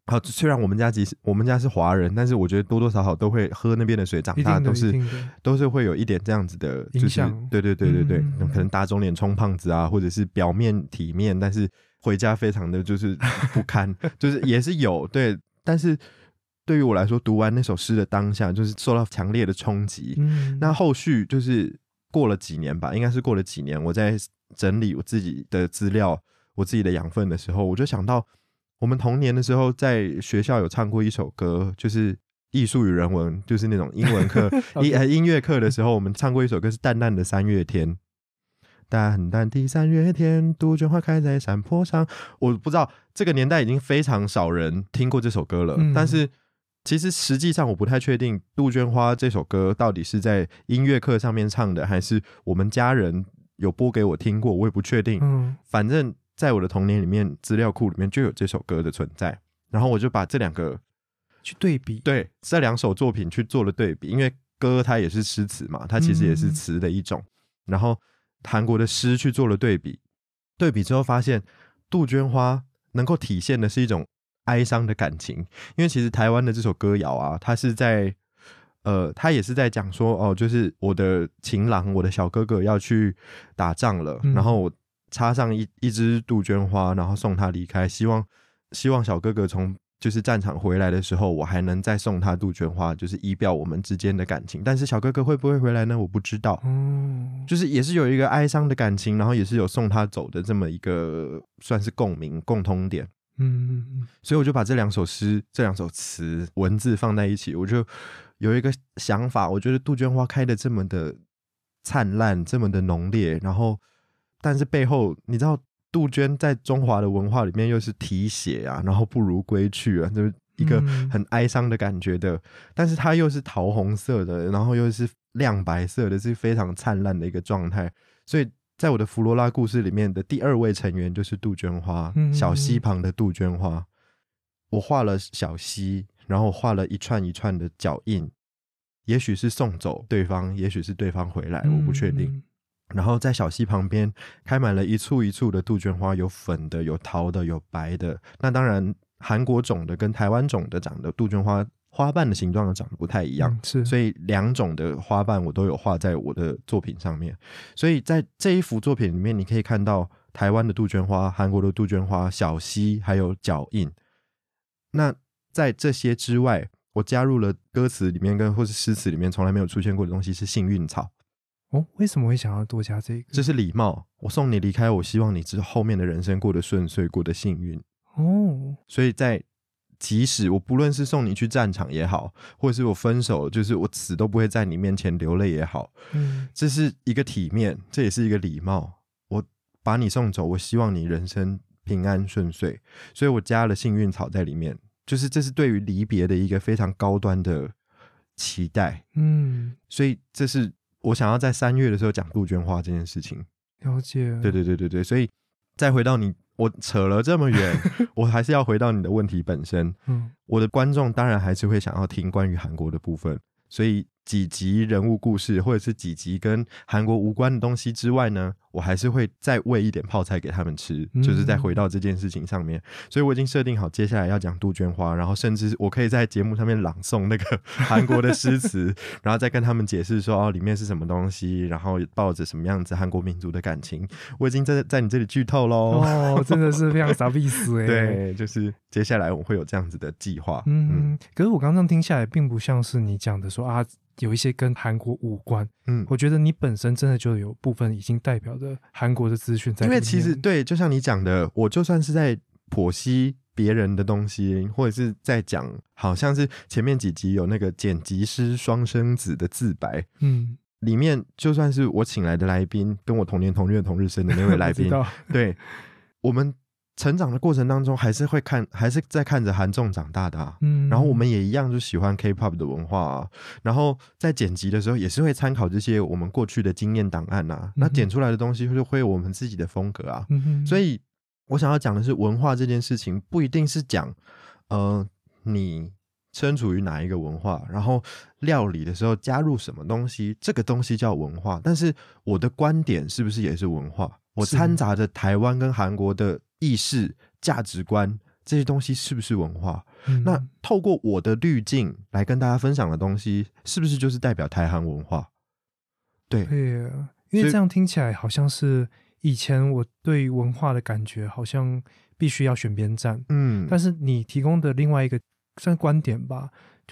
好，虽然我们家是华人，但是我觉得多多少少都会喝那边的水长大，都是会有一点这样子的影响。 对，可能打肿脸充胖子啊，或者是表面体面，但是回家非常的就是不堪，就是也是有对，但是对于我来说，读完那首诗的当下，就是受到强烈的冲击。那后续就是过了几年吧，应该是过了几年，我在整理我自己的资料、我自己的养分的时候，我就想到。我们童年的时候在学校有唱过一首歌，就是艺术与人文，就是那种英文课音乐课的时候，我们唱过一首歌是淡淡的三月天，淡淡的三月天，杜鹃花开在山坡上。我不知道这个年代已经非常少人听过这首歌了，但是其实实际上我不太确定杜鹃花这首歌到底是在音乐课上面唱的，还是我们家人有播给我听过，我也不确定。反正在我的童年里面，资料库里面就有这首歌的存在，然后我就把这两个去对比， 对，这两首作品去做了对比，因为歌它也是诗词嘛，它其实也是词的一种，然后韩国的诗去做了对比，对比之后发现杜鹃花能够体现的是一种哀伤的感情，因为其实台湾的这首歌谣啊，它是在他也是在讲说就是我的情郎，我的小哥哥要去打仗了，然后我插上一支杜鹃花，然后送他离开，希望小哥哥从就是战场回来的时候，我还能再送他杜鹃花，就是以表我们之间的感情。但是小哥哥会不会回来呢？我不知道。就是也是有一个哀伤的感情，然后也是有送他走的这么一个算是共鸣共通点。所以我就把这两首诗、这两首词文字放在一起，我就有一个想法，我觉得杜鹃花开的这么的灿烂，这么的浓烈，然后但是背后你知道杜鹃在中华的文化里面又是啼血啊，然后不如归去啊，就是一个很哀伤的感觉的，但是它又是桃红色的，然后又是亮白色的，是非常灿烂的一个状态。所以在我的弗罗拉故事里面的第二位成员就是杜鹃花，小溪旁的杜鹃花。我画了小溪，然后我画了一串一串的脚印，也许是送走对方，也许是对方回来，我不确定。然后在小溪旁边开满了一簇一簇的杜鹃花，有粉的，有桃的，有白的。那当然韩国种的跟台湾种的长的杜鹃花花瓣的形状长得不太一样， 是， 所以两种的花瓣我都有画在我的作品上面。所以在这一幅作品里面，你可以看到台湾的杜鹃花、韩国的杜鹃花、小溪还有脚印。那在这些之外，我加入了歌词里面或是诗词里面从来没有出现过的东西，是幸运草。 为什么会想要多加这个？ 这是礼貌，我送你离开，我希望你之后面的人生过得顺遂，过得幸运。所以即使我不论是送你去战场也好，或者是我分手，就是我死都不会在你面前流泪也好，这是一个体面，这也是一个礼貌。我把你送走，我希望你人生平安顺遂，所以我加了幸运草在里面，就是这是对于离别的一个非常高端的期待。所以这是我想要在3月的时候讲杜鹃花这件事情。 了解。 对，所以再回到你，我扯了这么远我还是要回到你的问题本身。我的观众当然还是会想要听关于韩国的部分，所以几集人物故事或者是几集跟韩国无关的东西之外呢，我还是会再喂一点泡菜给他们吃，就是再回到这件事情上面。所以我已经设定好接下来要讲杜鹃花，然后甚至我可以在节目上面朗诵那个韩国的诗词然后再跟他们解释说里面是什么东西，然后抱着什么样子韩国民族的感情。我已经在你这里剧透咯。 真的是非常傻逼死对，就是接下来我会有这样子的计划。 可是我刚刚听下来并不像是你讲的说有一些跟韩国无关。我觉得你本身真的就有部分已经代表着韩国的资讯在里面。 因为其实对，就像你讲的，我就算是在剖析别人的东西，或者是在讲，好像是前面几集有那个剪辑师双生子的自白，里面就算是我请来的来宾，跟我同年同月同日生的那位来宾对，我们成长的过程当中还是在看着韩综长大的然后我们也一样就喜欢 K-pop 的文化然后在剪辑的时候也是会参考这些我们过去的经验档案那剪出来的东西就会有我们自己的风格所以我想要讲的是文化这件事情不一定是讲你身处于哪一个文化，然后料理的时候加入什么东西，这个东西叫文化，但是我的观点是不是也是文化？我掺杂着台湾跟韩国的意识价值观这些东西是不是文化？那透过我的滤镜来跟大家分享的东西，是不是就是代表台韩文化？对， 因为这样听起来好像是以前我对文化的感觉，好像必须要选边站。但是你提供的另外一个算观点吧，就是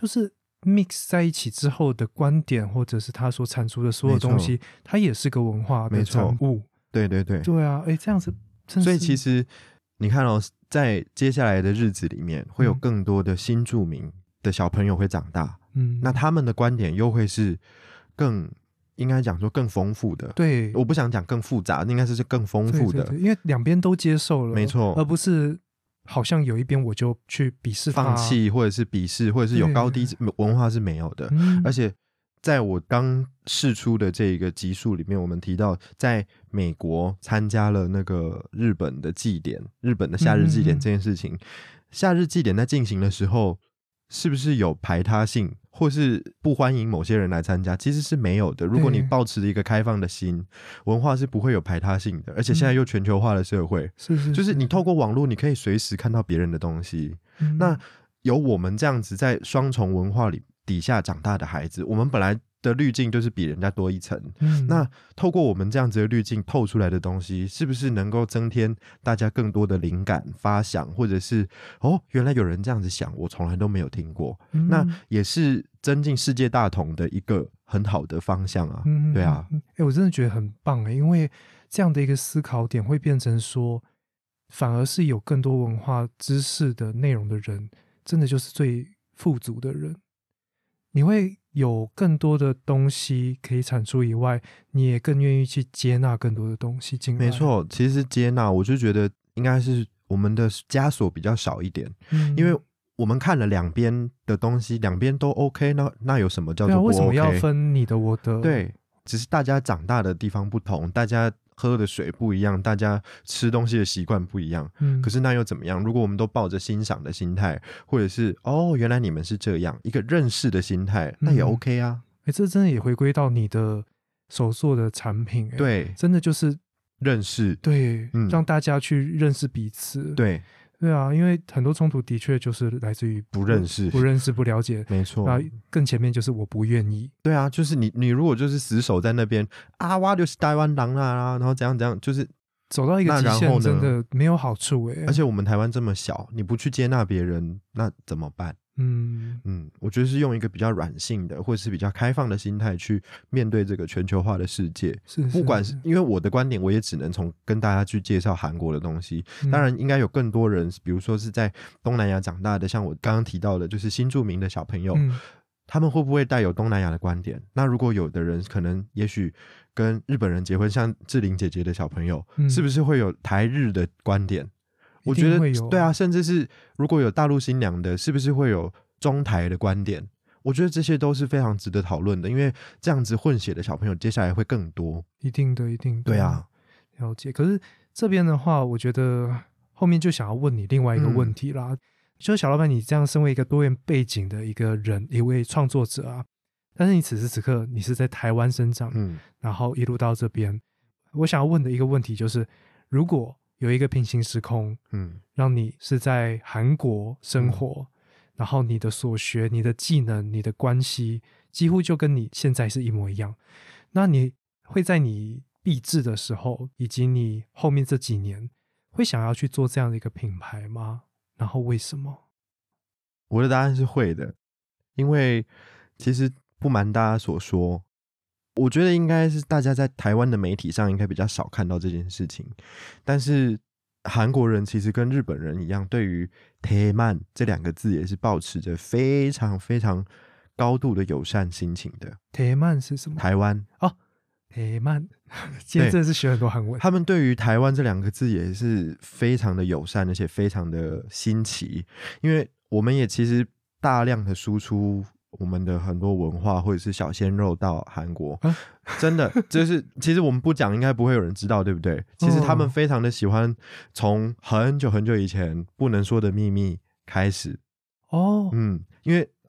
mix 在一起之后的观点，或者是他所产出的所有东西，它也是个文化的产物。 对对对， 对啊，这样子真是。 所以其实你看哦，在接下来的日子里面，会有更多的新住民的小朋友会长大，那他们的观点又会是更应该讲说更丰富的。 对， 我不想讲更复杂，应该是更丰富的。 对，因为两边都接受了， 没错， 而不是好像有一边我就去鄙视他， 放弃或者是鄙视，或者是有高低文化是没有的。而且在我刚释出的这个集数里面，我们提到在美国参加了那个日本的祭典，日本的夏日祭典这件事情，夏日祭典在进行的时候，是不是有排他性或是不欢迎某些人来参加？其实是没有的。如果你抱持一个开放的心，文化是不会有排他性的。而且现在又全球化的社会，就是你透过网络，你可以随时看到别人的东西。那有我们这样子在双重文化里底下长大的孩子，我们本来的滤镜就是比人家多一层。那透过我们这样子的滤镜透出来的东西，是不是能够增添大家更多的灵感发想，或者是原来有人这样子想，我从来都没有听过。那也是增进世界大同的一个很好的方向啊。对啊， 我真的觉得很棒因为这样的一个思考点会变成说，反而是有更多文化知识的内容的人，真的就是最富足的人。你会有更多的东西可以产出以外，你也更愿意去接纳更多的东西进来。 没错，其实接纳我就觉得应该是我们的枷锁比较少一点。因为我们看了两边的东西，两边都 OK， 那有什么叫做不 OK？ 为什么要分你的我的？ 对，只是大家长大的地方不同，大家喝的水不一样，大家吃东西的习惯不一样。可是那又怎么样？如果我们都抱着欣赏的心态，或者是原来你们是这样一个认识的心态，那也 OK 啊。 这真的也回归到你的手做的产品。 对， 真的就是认识。 对，让大家去认识彼此。对啊，因为很多冲突的确就是来自于不认识、 不了解。 没错， 然后更前面就是我不愿意。 对啊，就是你如果就是死守在那边啊，我就是台湾人啦，然后怎样怎样，就是走到一个极限，真的没有好处而且我们台湾这么小，你不去接纳别人，那怎么办？我觉得是用一个比较软性的，或者是比较开放的心态去面对这个全球化的世界。不管是因为我的观点，我也只能从跟大家去介绍韩国的东西。当然，应该有更多人，比如说是在东南亚长大的，像我刚刚提到的，就是新住民的小朋友，他们会不会带有东南亚的观点？那如果有的人可能也许跟日本人结婚，像志玲姐姐的小朋友，是不是会有台日的观点？我觉得对啊，甚至是如果有大陆新娘的，是不是会有中台的观点？我觉得这些都是非常值得讨论的，因为这样子混血的小朋友接下来会更多。 一定的，一定的。 对啊， 了解。可是这边的话，我觉得后面就想要问你另外一个问题啦，就是小老板，你这样身为一个多元背景的一个人，一位创作者啊，但是你此时此刻你是在台湾生长，然后一路到这边，我想要问的一个问题就是，如果有一个平行时空，让你是在韩国生活，然后你的所学、你的技能、你的关系，几乎就跟你现在是一模一样。那你会在你毕制的时候，以及你后面这几年，会想要去做这样的一个品牌吗？然后为什么？ 我的答案是会的，因为其实不瞒大家所说，我觉得应该是大家在台湾的媒体上应该比较少看到这件事情，但是韩国人其实跟日本人一样，对于台湾这两个字也是抱持着非常非常高度的友善心情的。 台湾是什么？ 台湾台湾，今天真的是学很多韩文。 他们对于台湾这两个字也是非常的友善，而且非常的新奇，因为我们也其实大量的输出我们的很多文化或者是小鲜肉到韩国，真的就是其实我们不讲应该不会有人知道，对不对？其实他们非常的喜欢从很久很久以前不能说的秘密开始因为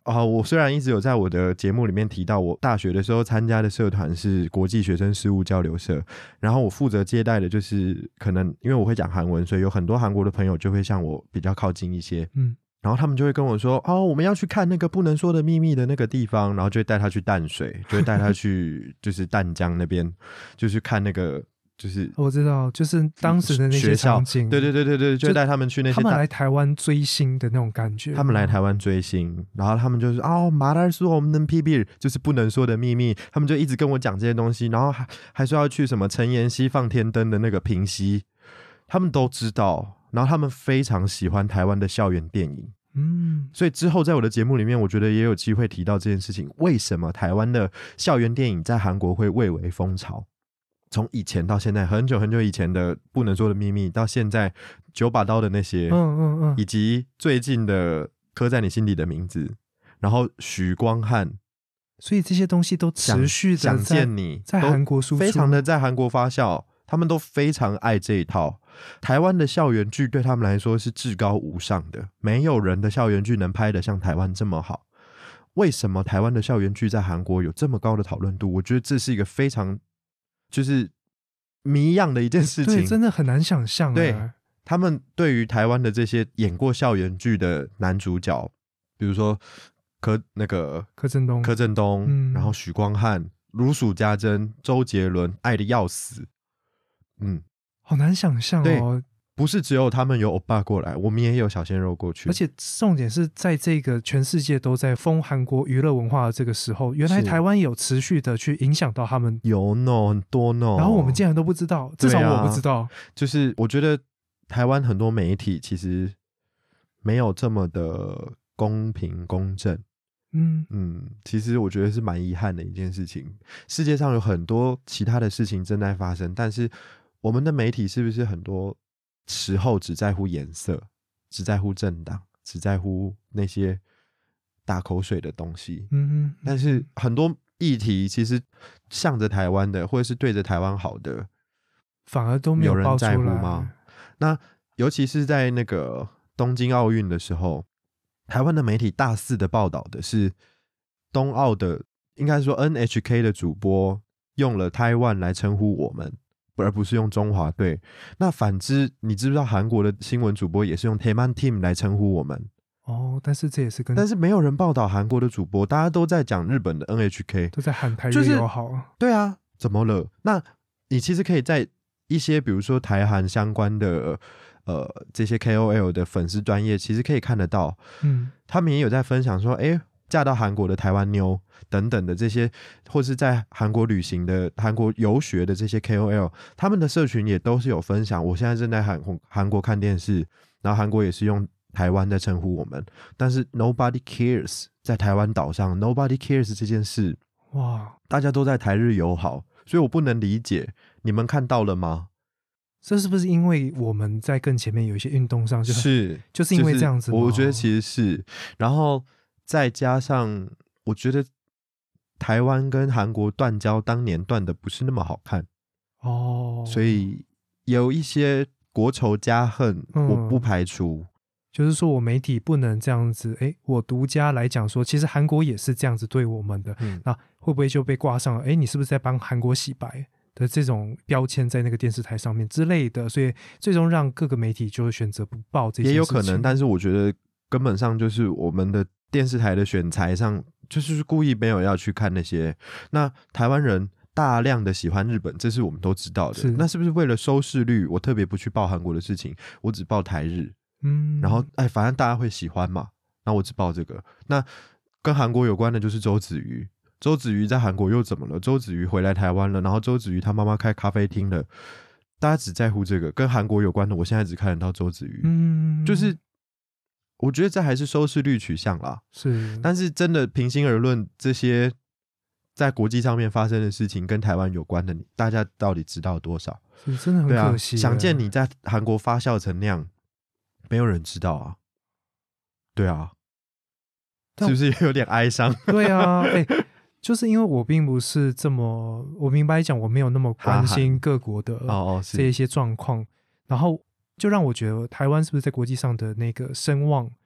我虽然一直有在我的节目里面提到，我大学的时候参加的社团是国际学生事务交流社，然后我负责接待的就是可能因为我会讲韩文，所以有很多韩国的朋友就会向我比较靠近一些，然后他们就会跟我说，我们要去看那个不能说的秘密的那个地方，然后就会带他去淡水，就会带他去就是淡江那边，就是看那个。就是我知道，就是当时的那些场景， 对，就带他们去那些他们来台湾追星的那种感觉。 他们来台湾追星，然后他们就是马来说我们能 PB 就是不能说的秘密，他们就一直跟我讲这些东西，然后还说要去什么陈妍希放天灯的那个平溪，他们都知道，然后他们非常喜欢台湾的校园电影。所以之后在我的节目里面，我觉得也有机会提到这件事情，为什么台湾的校园电影在韩国会蔚为风潮？从以前到现在，很久很久以前的不能说的秘密，到现在九把刀的那些，以及最近的刻在你心底的名字，然后许光汉， 所以这些东西都持续的想见你， 在韩国输出， 非常的在韩国发酵，他们都非常爱这一套。台湾的校园剧对他们来说是至高无上的，没有人的校园剧能拍得像台湾这么好。为什么台湾的校园剧在韩国有这么高的讨论度？我觉得这是一个非常就是谜一样的一件事情， 对，真的很难想象。 对，他们对于台湾的这些演过校园剧的男主角，比如说柯震东，然后许光汉、如数家珍、周杰伦，爱得要死， 好难想象哦。 不是只有他们有欧巴过来，我们也有小鲜肉过去。 而且重点是在这个全世界都在疯韩国娱乐文化的这个时候，原来台湾有持续的去影响到他们， 有很多然后我们竟然都不知道，至少我不知道。 就是我觉得台湾很多媒体其实没有这么的公平公正。其实我觉得是蛮遗憾的一件事情。世界上有很多其他的事情正在发生，但是我们的媒体是不是很多时候只在乎颜色，只在乎政党，只在乎那些打口水的东西。但是很多议题其实向着台湾的，或者是对着台湾好的， 反而都没有爆出来。 有人在乎吗？那尤其是在那个东京奥运的时候，台湾的媒体大肆的报道的是冬奥的，应该说 NHK 的主播用了台湾来称呼我们，而不是用中华队。那反之，你知不知道韩国的新闻主播也是用 Taeman Team 来称呼我们？ 但是这也是但是没有人报道韩国的主播，大家都在讲日本的 NHK， 都在喊台日友好。 对啊，怎么了？那你其实可以在一些比如说台韩相关的这些 KOL 的粉丝专页，其实可以看得到，他们也有在分享说，嫁到韩国的台湾妞等等的这些，或是在韩国旅行的、韩国游学的这些 KOL， 他们的社群也都是有分享。我现在正在韩国看电视，然后韩国也是用台湾在称呼我们，但是 nobody cares， 在台湾岛上 nobody cares 这件事，大家都在台日友好，所以我不能理解，你们看到了吗？ 这是不是因为我们在更前面有一些运动上就是因为这样子吗？ 我觉得其实是，然后再加上我觉得台湾跟韩国断交当年断的不是那么好看所以有一些国仇家恨，我不排除。 就是说我媒体不能这样子，我独家来讲说，其实韩国也是这样子对我们的，那会不会就被挂上了你是不是在帮韩国洗白的这种标签在那个电视台上面之类的，所以最终让各个媒体就选择不报这些事情。也有可能， 但是我觉得根本上就是我们的电视台的选材上就是故意没有要去看那些。那台湾人大量的喜欢日本，这是我们都知道的。那是不是为了收视率，我特别不去报韩国的事情，我只报台日？然后反正大家会喜欢嘛，那我只报这个。那跟韩国有关的就是周子瑜。周子瑜在韩国又怎么了？周子瑜回来台湾了，然后周子瑜他妈妈开咖啡厅了，大家只在乎这个跟韩国有关的。我现在只看得到周子瑜，就是我觉得这还是收视率取向啦。 是， 但是真的平心而论，这些在国际上面发生的事情跟台湾有关的，大家到底知道多少？ 是真的很可惜。 想见你在韩国发酵成那样，没有人知道啊。对啊，是不是有点哀伤？ 对啊，就是因为我并不是这么，我明白讲我没有那么关心各国的这一些状况，然后就让我觉得台湾是不是在国际上的那个声望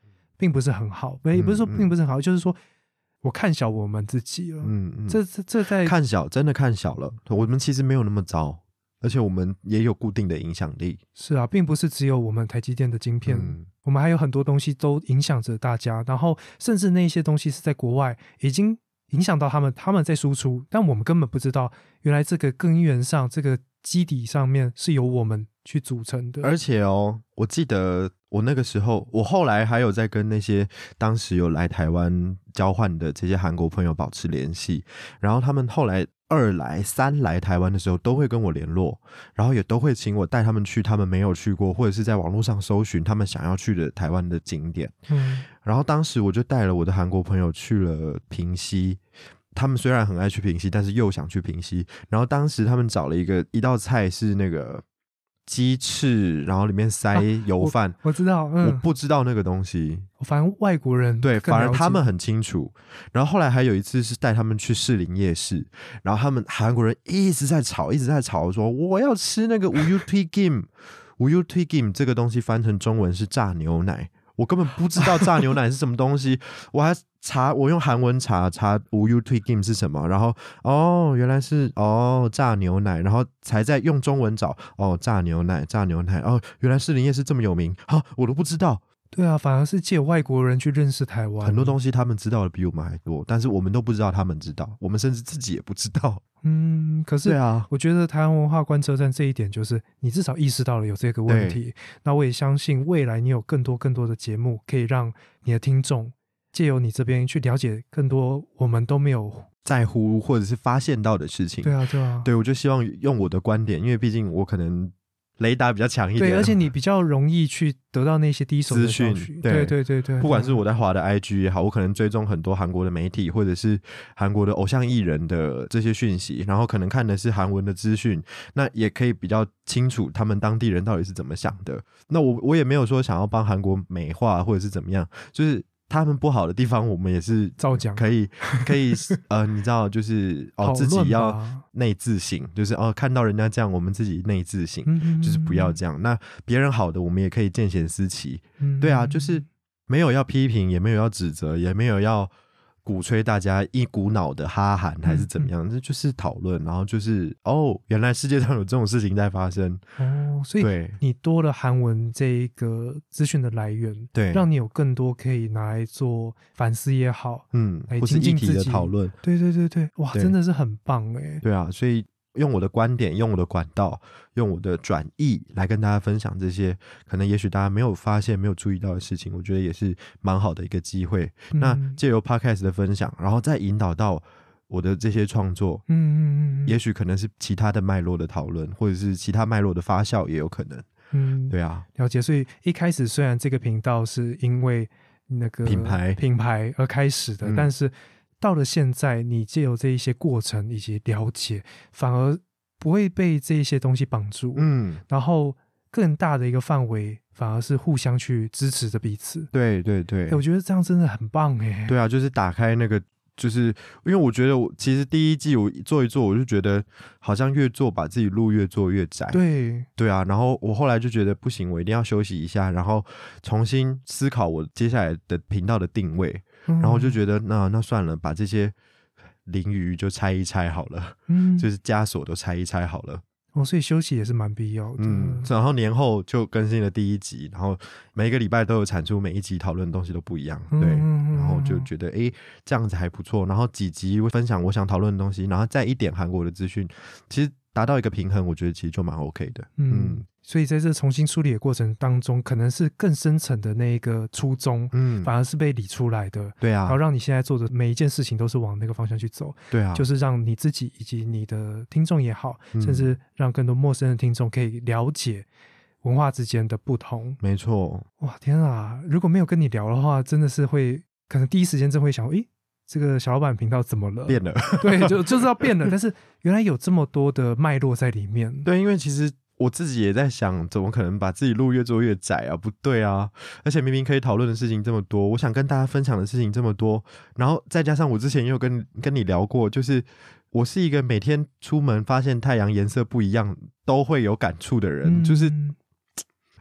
并不是很好，也不是说并不是很好，就是说我看小我们自己了。这在看小，真的看小了。我们其实没有那么糟，而且我们也有固定的影响力。 是啊，并不是只有我们台积电的晶片，我们还有很多东西都影响着大家，然后甚至那些东西是在国外已经影响到他们在输出，但我们根本不知道，原来这个根源上，这个基底上面是由我们去组成的。 而且我记得我那个时候，我后来还有在跟那些当时有来台湾交换的这些韩国朋友保持联系，然后他们后来2来3来台湾的时候都会跟我联络，然后也都会请我带他们去他们没有去过或者是在网络上搜寻他们想要去的台湾的景点。然后当时我就带了我的韩国朋友去了平溪，他们虽然很爱去平溪，但是又想去平溪，然后当时他们找了一道菜是那个鸡翅，然后里面塞油饭。 我知道， 我不知道那个东西， 反正外国人对，反而他们很清楚。然后后来还有一次是带他们去士林夜市，然后他们韩国人一直在吵说我要吃那个우유 튀김 우유 튀김这个东西翻成中文是炸牛奶，我根本不知道炸牛奶是什么东西，我用韩文查우유 튀김是什么，然后原来是炸牛奶，然后才在用中文找炸牛奶原来士林夜市这么有名我都不知道。 对啊，反而是借外国人去认识台湾， 很多东西他们知道的比我们还多，但是我们都不知道他们知道，我们甚至自己也不知道。 可是我觉得台湾文化观车站这一点就是你至少意识到了有这个问题，那我也相信未来你有更多的节目可以让你的听众借由你这边去了解更多我们都没有在乎或者是发现到的事情。对，我就希望用我的观点，因为毕竟我可能雷达比较强一点， 对，而且你比较容易去得到那些第一手的资讯。对， 不管是我在滑的 IG 也好，我可能追踪很多韩国的媒体或者是韩国的偶像艺人的这些讯息，然后可能看的是韩文的资讯，那也可以比较清楚他们当地人到底是怎么想的。那我也没有说想要帮韩国美化或者是怎么样，就是他们不好的地方我们也是照讲， 可以你知道，就是自己要内自省，就是看到人家这样我们自己内自省，就是不要这样。那别人好的我们也可以见贤思齐。对啊，就是没有要批评，也没有要指责，也没有要鼓吹大家一股脑的哈韩还是怎么样，这就是讨论，然后就是原来世界上有这种事情在发生。 所以你多了韩文这一个资讯的来源，对，让你有更多可以拿来做反思也好，来精进自己，或是议题的讨论。对，哇，真的是很棒耶。 对啊，所以用我的观点，用我的管道，用我的转译来跟大家分享这些可能也许大家没有发现没有注意到的事情，我觉得也是蛮好的一个机会。那借由 Podcast 的分享，然后再引导到我的这些创作，也许可能是其他的脉络的讨论，或者是其他脉络的发酵也有可能。对啊， 了解。所以一开始虽然这个频道是因为那个品牌而开始的，但是到了现在你藉由这一些过程以及了解，反而不会被这一些东西绑住，然后更大的一个范围反而是互相去支持着彼此。 对，我觉得这样真的很棒耶。 对啊，就是打开那个，就是因为我觉得我其实第一季我做一做，我就觉得好像越做把自己路越做越窄。对啊，然后我后来就觉得不行，我一定要休息一下，然后重新思考我接下来的频道的定位。然后就觉得那算了，把这些淋雨就拆一拆好了，就是枷锁都拆一拆好了。 所以休息也是蛮必要的。 然后年后就更新了第1集，然后每一个礼拜都有产出，每一集讨论的东西都不一样。对，然后就觉得这样子还不错。然后几集分享我想讨论的东西，然后再一点韩国的资讯，其实达到一个平衡，我觉得其实就蛮 OK 的。 所以在这重新梳理的过程当中，可能是更深层的那一个初衷，反而是被理出来的。 对啊， 然后让你现在做的每一件事情都是往那个方向去走。 对啊， 就是让你自己以及你的听众也好，甚至让更多陌生的听众可以了解文化之间的不同。 没错。 哇，天啊！如果没有跟你聊的话，真的是会可能第一时间真会想，这个小老板频道怎么了？ 变了。 对，就是要变了。但是原来有这么多的脉络在里面。 对，因为其实我自己也在想，怎么可能把自己路越做越窄啊？不对啊！而且明明可以讨论的事情这么多，我想跟大家分享的事情这么多，然后再加上我之前也有跟你聊过，就是我是一个每天出门发现太阳颜色不一样都会有感触的人，就是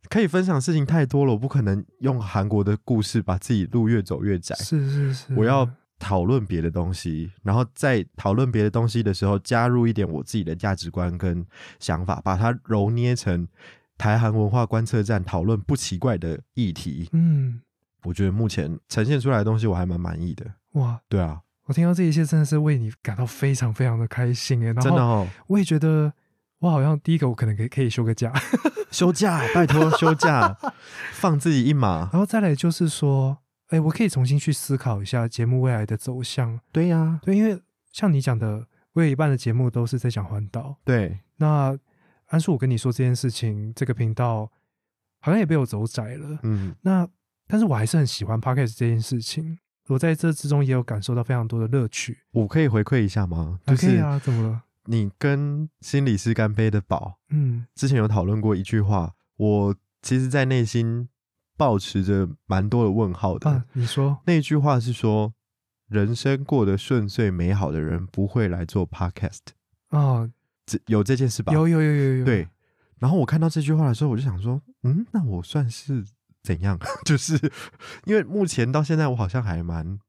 可以分享的事情太多了，我不可能用韩国的故事把自己路越走越窄。 是， 我要讨论别的东西，然后在讨论别的东西的时候，加入一点我自己的价值观跟想法，把它揉捏成台韩文化观测站讨论不奇怪的议题。我觉得目前呈现出来的东西我还蛮满意的。哇，对啊， 我听到这一切真的是为你感到非常非常的开心耶。然后真的哦， 我也觉得我好像第一个我可能可以休个假。 休假，拜托休假，放自己一马。 然后再来就是说，我可以重新去思考一下节目未来的走向。 对呀， 对，因为像你讲的，我有一半的节目都是在讲环岛。 对， 那安叔，我跟你说这件事情，这个频道好像也被我走窄了。但是我还是很喜欢 Podcast 这件事情，我在这之中也有感受到非常多的乐趣。 我可以回馈一下吗？ 可以啊，怎么了？ 你跟心理师干杯的宝，之前有讨论过一句话，我其实在内心抱持着蛮多的问号的。 你说那句话是说，人生过得顺遂美好的人不会来做 podcast。有这件事吧？ 有。 对。然后我看到这句话的时候，我就想说，那我算是怎样？就是因为目前到现在，我好像还蛮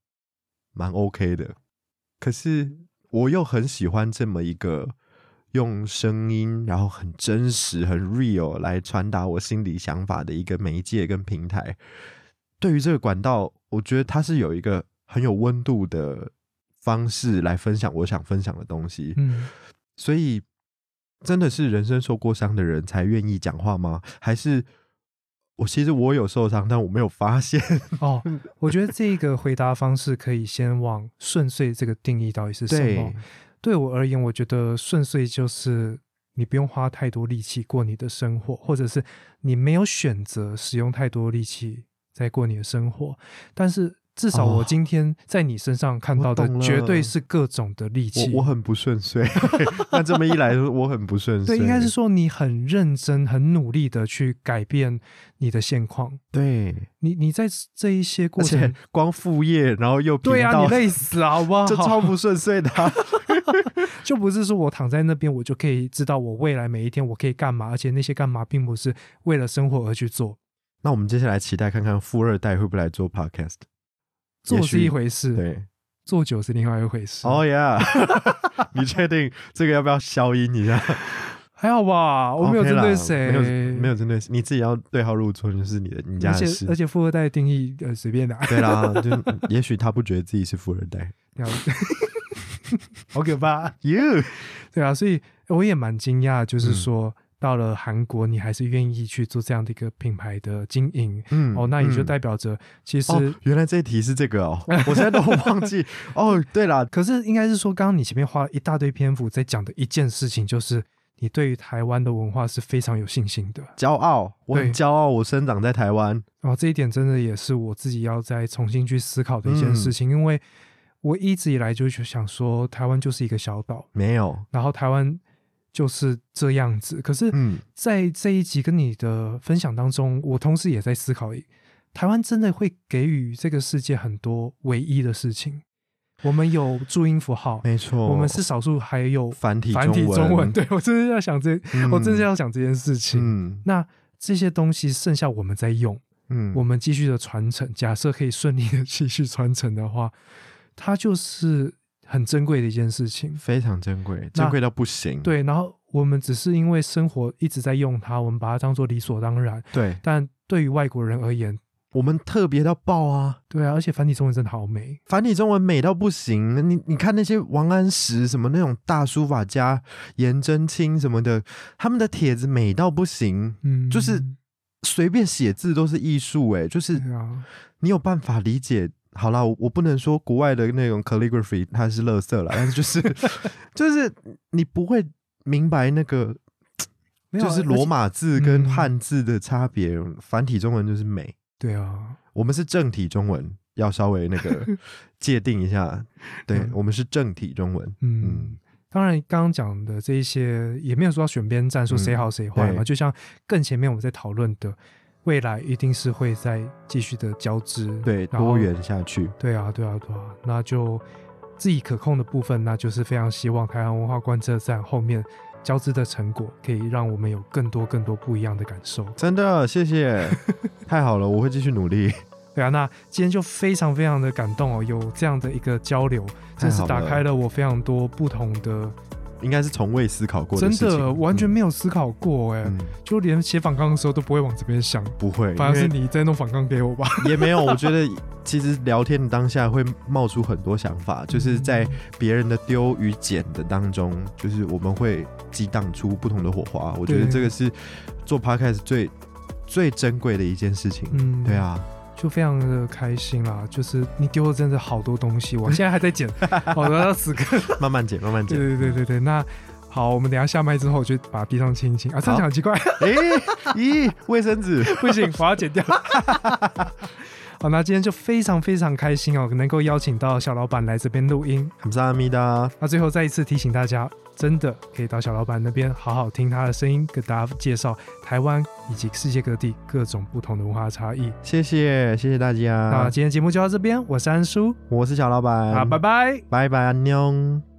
OK 的，可是我又很喜欢这么一个用声音然后很真实很 real 来传达我心里想法的一个媒介跟平台。对于这个管道，我觉得它是有一个很有温度的方式来分享我想分享的东西。所以真的是人生受过伤的人才愿意讲话吗？还是其实我有受伤，但我没有发现。 我觉得这个回答方式可以先往顺遂这个定义到底是什么。对我而言，我觉得顺遂就是你不用花太多力气过你的生活，或者是你没有选择使用太多力气在过你的生活，但是至少我今天在你身上看到的绝对是各种的力气。 我很不顺遂。那这么一来我很不顺遂。 对，应该是说你很认真很努力的去改变你的现况。 对， 你在这一些过程， 而且光副业然后又频道， 对啊，你累死了好不好？ 这超不顺遂的。 就不是说我躺在那边我就可以知道我未来每一天我可以干嘛，而且那些干嘛并不是为了生活而去做。 那我们接下来期待看看富二代会不会来做 podcast。 做是一回事， 对， 做久是另外一回事。 你确定这个要不要消音一下？ 还好吧，我没有针对谁， 没有针对谁，你自己要对号入座，就是你家的事。 而且富二代的定义随便拿。 对啦，就也许他不觉得自己是富二代。 好可怕。对啊，所以我也蛮惊讶，就是说到了韩国你还是愿意去做这样的一个品牌的经营。那也就代表着其实原来这一题是这个我现在都忘记。对啦， 可是应该是说刚刚你前面花了一大堆篇幅在讲的一件事情，就是你对于台湾的文化是非常有信心的。 骄傲，我很骄傲我生长在台湾。 这一点真的也是我自己要再重新去思考的一件事情。因为我一直以来就想说台湾就是一个小岛， 没有， 然后台湾就是这样子。可是在这一集跟你的分享当中，我同时也在思考台湾真的会给予这个世界很多唯一的事情。我们有注音符号， 没错， 我们是少数还有繁体中文。对，我真的要想我真的要想这件事情。那这些东西剩下我们在用，我们继续的传承，假设可以顺利的继续传承的话，它就是很珍贵的一件事情， 非常珍贵，珍贵到不行。 对，然后我们只是因为生活一直在用它，我们把它当作理所当然。 对， 但对于外国人而言， 我们特别到爆啊！ 对啊，而且繁体中文真的好美， 繁体中文美到不行。你看那些王安石什么那种大书法家，颜真卿什么的，他们的帖子美到不行。就是随便写字都是艺术。就是你有办法理解。好啦，我不能说国外的那种 calligraphy 它是垃圾啦，但是就是你不会明白那个就是罗马字跟汉字的差别。繁体中文就是美。 对啊， 我们是正体中文，要稍微那个界定一下。对，我们是正体中文。 当然刚刚讲的这一些也没有说要选边站，说谁好谁坏嘛。就像更前面我们在讨论的，未来一定是会再继续的交织， 对，多元下去。 对啊，那就自己可控的部分，那就是非常希望台湾文化观测站后面交织的成果可以让我们有更多不一样的感受。 真的谢谢太好了，我会继续努力。 对啊，那今天就非常的感动哦，有这样的一个交流，真是打开了我非常多不同的， 应该是从未思考过的事情， 真的完全没有思考过就连写访纲的时候都不会往这边想， 不会， 反而是你在弄访纲给我吧。 也没有，我觉得其实聊天的当下会冒出很多想法，就是在别人的丢与捡的当中，就是我们会激荡出不同的火花。我觉得这个是做 podcast 最珍贵的一件事情。对啊， 就非常的开心啦，就是你丢了真的好多东西，我现在还在剪，好的，到此刻慢慢剪，慢慢剪。 对，那好，我们等一下下麦之后，我就把地上清一清啊，这样讲很奇怪。 咦，卫生纸不行，我要剪掉。好，那今天就非常开心哦，能够邀请到小老板来这边录音。 감사합니다。 那最后再一次提醒大家，真的可以到小老板那边好好听他的声音，跟大家介绍台湾以及世界各地各种不同的文化差异。 谢谢大家。 那今天节目就到这边，我是安叔， 我是小老板。 好，拜拜， 拜拜，안녕。